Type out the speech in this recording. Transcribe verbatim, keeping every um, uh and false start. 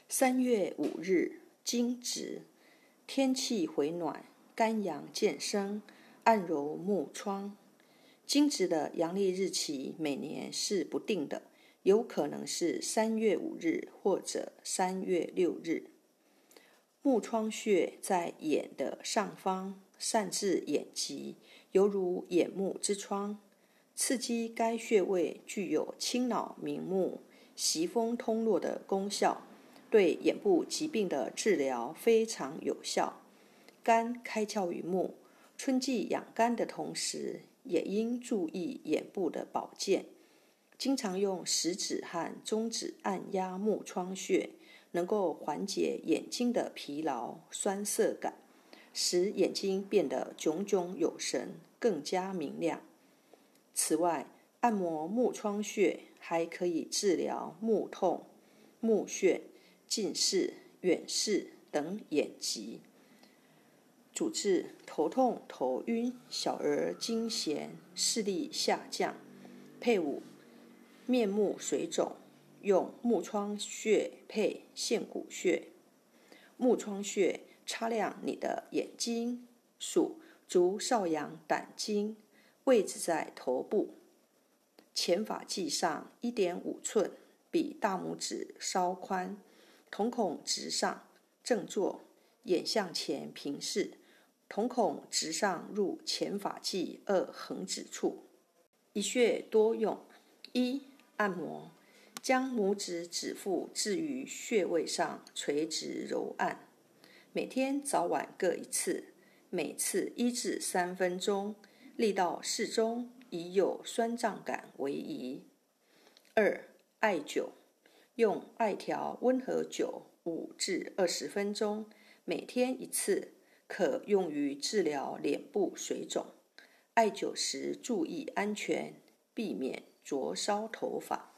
三月五日，惊蛰，天气回暖，肝阳渐生，按揉木疮。惊蛰的阳历日期每年是不定的，有可能是三月五日或者三月六日。木疮穴在眼的上方，散至眼疾，犹如眼目之疮。刺激该穴位具有清脑明目、息风通络的功效，对眼部疾病的治疗非常有效。肝开窍于目，春季养肝的同时，也应注意眼部的保健。经常用食指和中指按压木疮穴，能够缓解眼睛的疲劳、酸涩感，使眼睛变得炯炯有神，更加明亮。此外，按摩木疮穴还可以治疗目痛、目眩、近视、远视等眼疾。主治头痛、头晕、小儿惊痫、视力下降。配伍面目水肿，用木疮穴配线骨穴。木疮穴擦亮你的眼睛，属足少阳胆经，位置在头部，前发际上 一点五寸，比大拇指稍宽，瞳孔直上，正坐，眼向前平视，瞳孔直上入前发际二横指处。一穴多用：一、按摩，将拇指指腹置于穴位上，垂直揉按，每天早晚各一次，每次一至三分钟，力道适中，以有酸胀感为宜。二、艾灸，用艾条温和灸五至二十分钟，每天一次，可用于治疗脸部水肿。艾灸时注意安全，避免灼烧头发。